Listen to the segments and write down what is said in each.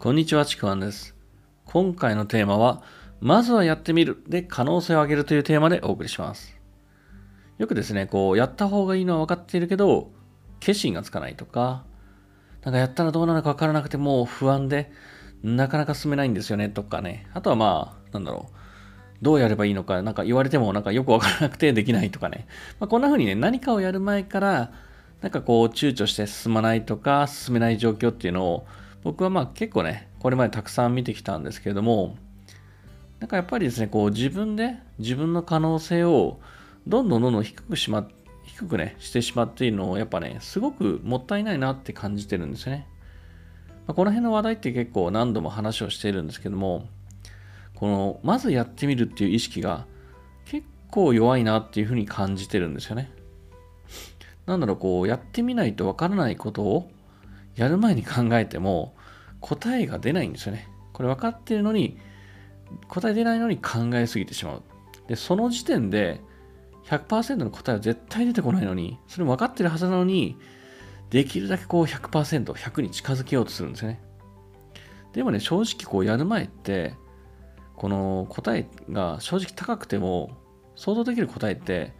こんにちは、ちくわんです。今回のテーマは、まずはやってみるで可能性を上げるというテーマでお送りします。よくですね、やった方がいいのは分かっているけど、決心がつかないとか、やったらどうなるか分からなくてもう不安で、なかなか進めないんですよねとかね。あとはどうやればいいのか、言われてもよく分からなくてできないとかね。こんな風にね、何かをやる前から、躊躇して進まないとか、進めない状況っていうのを、僕は結構ね、これまでたくさん見てきたんですけれども、やっぱりですね、自分で自分の可能性をどんどん低くね、してしまっているのを、やっぱね、すごくもったいないなって感じてるんですよね。この辺の話題って結構何度も話をしているんですけども、まずやってみるっていう意識が結構弱いなっていうふうに感じてるんですよね。やってみないとわからないことをやる前に考えても答えが出ないんですよね。これ分かってるのに、答え出ないのに考えすぎてしまう。で、その時点で100% の答えは絶対出てこないのに、それも分かってるはずなのに、できるだけ100%、100に近づけようとするんですよね。でもね、正直やる前って、この答えが正直高くても、想像できる答えって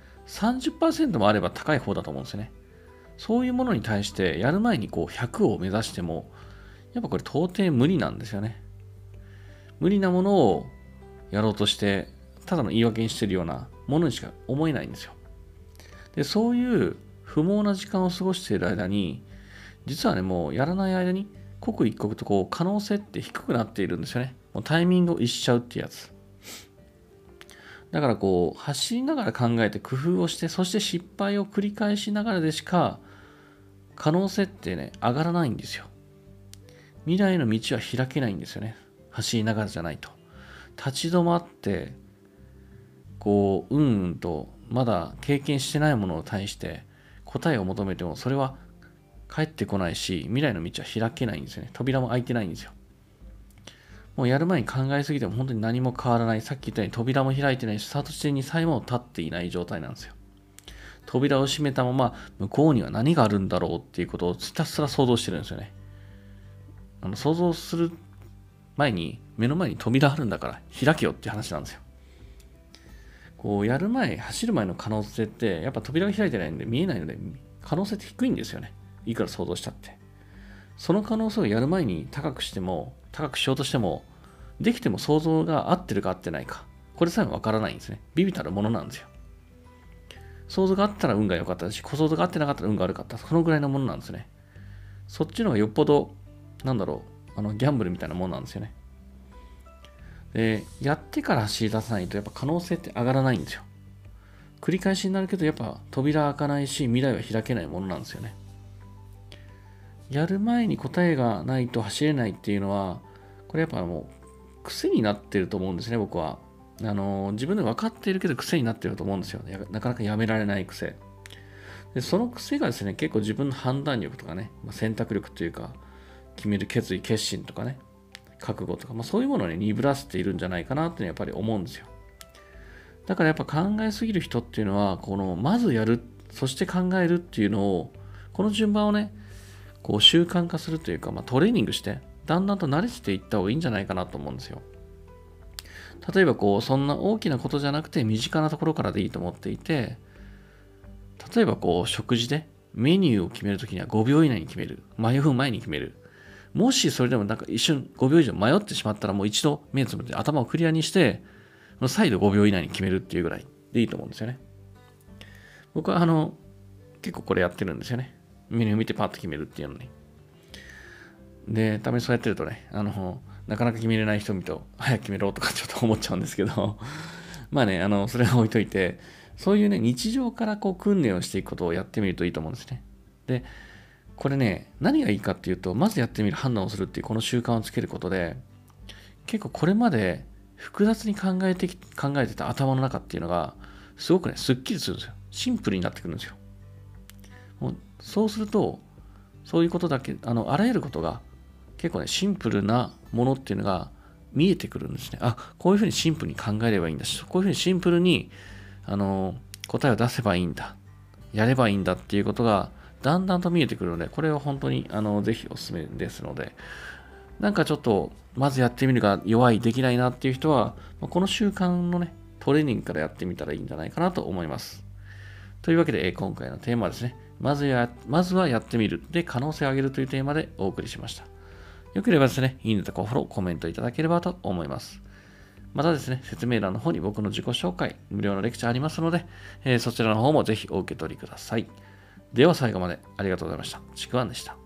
30% もあれば高い方だと思うんですよね。そういうものに対してやる前に100を目指しても、やっぱこれ到底無理なんですよね。無理なものをやろうとして、ただの言い訳にしてるようなものにしか思えないんですよ。で、そういう不毛な時間を過ごしている間に、実はね、もうやらない間に、刻一刻と可能性って低くなっているんですよね。もうタイミングを逸しちゃうっていうやつ。だから走りながら考えて工夫をして、そして失敗を繰り返しながらでしか、可能性ってね、上がらないんですよ。未来の道は開けないんですよね。走りながらじゃないと。立ち止まって、と、まだ経験してないものに対して答えを求めても、それは返ってこないし、未来の道は開けないんですよね。扉も開いてないんですよ。もうやる前に考えすぎても本当に何も変わらない。さっき言ったように扉も開いてないし、スタート地点にさえも立っていない状態なんですよ。扉を閉めたまま、向こうには何があるんだろうっていうことをひたすら想像してるんですよね。想像する前に、目の前に扉あるんだから開けよっていう話なんですよ。やる前、走る前の可能性って、やっぱ扉が開いてないんで見えないので、可能性って低いんですよね。いくら想像したって。その可能性をやる前に高くしようとしても、できても想像が合ってるか合ってないか。これさえもわからないんですね。微々たるものなんですよ。想像があったら運が良かったし、想像が合ってなかったら運が悪かった。そのぐらいのものなんですね。そっちの方がよっぽど、ギャンブルみたいなものなんですよね。で、やってから走り出さないとやっぱ可能性って上がらないんですよ。繰り返しになるけどやっぱ扉開かないし未来は開けないものなんですよね。やる前に答えがないと走れないっていうのは、これやっぱもう癖になってると思うんですね、僕は。自分で分かっているけど癖になってると思うんですよ。なかなかやめられない癖。で、その癖がですね、結構自分の判断力とかね、選択力というか、決める決意、決心とかね、覚悟とか、そういうものをね、鈍らせているんじゃないかなってやっぱり思うんですよ。だからやっぱ考えすぎる人っていうのは、まずやる、そして考えるっていうのを、この順番をね、習慣化するというか、トレーニングして、だんだんと慣れていった方がいいんじゃないかなと思うんですよ。例えばそんな大きなことじゃなくて、身近なところからでいいと思っていて、例えば食事でメニューを決めるときには5秒以内に決める。迷う前に決める。もしそれでも一瞬5秒以上迷ってしまったらもう一度目をつぶって頭をクリアにして、再度5秒以内に決めるっていうぐらいでいいと思うんですよね。僕は結構これやってるんですよね。メニューを見てパッと決めるっていうのに。で、たまにそうやってるとね、なかなか決めれない人々を早く決めろとかちょっと思っちゃうんですけど、それは置いといて、そういうね、日常から訓練をしていくことをやってみるといいと思うんですね。で、これね、何がいいかっていうと、まずやってみる、判断をするっていうこの習慣をつけることで、結構これまで複雑に考えてた頭の中っていうのが、すごくね、すっきりするんですよ。シンプルになってくるんですよ。もうそうすると、そういうことだけ、あらゆることが、結構ね、シンプルなものっていうのが見えてくるんですね。こういうふうにシンプルに考えればいいんだし、こういうふうにシンプルに、答えを出せばいいんだ。やればいいんだっていうことが、だんだんと見えてくるので、これは本当に、ぜひおすすめですので、 なんかちょっと、まずやってみるが弱い、できないなっていう人は、この習慣のね、トレーニングからやってみたらいいんじゃないかなと思います。というわけで、今回のテーマはですね、まずはやってみるで可能性を上げるというテーマでお送りしました。よければですね、いいねとかフォロー、コメントいただければと思います。またですね、説明欄の方に僕の自己紹介、無料のレクチャーありますので、そちらの方もぜひお受け取りください。では最後までありがとうございました。ちくわんでした。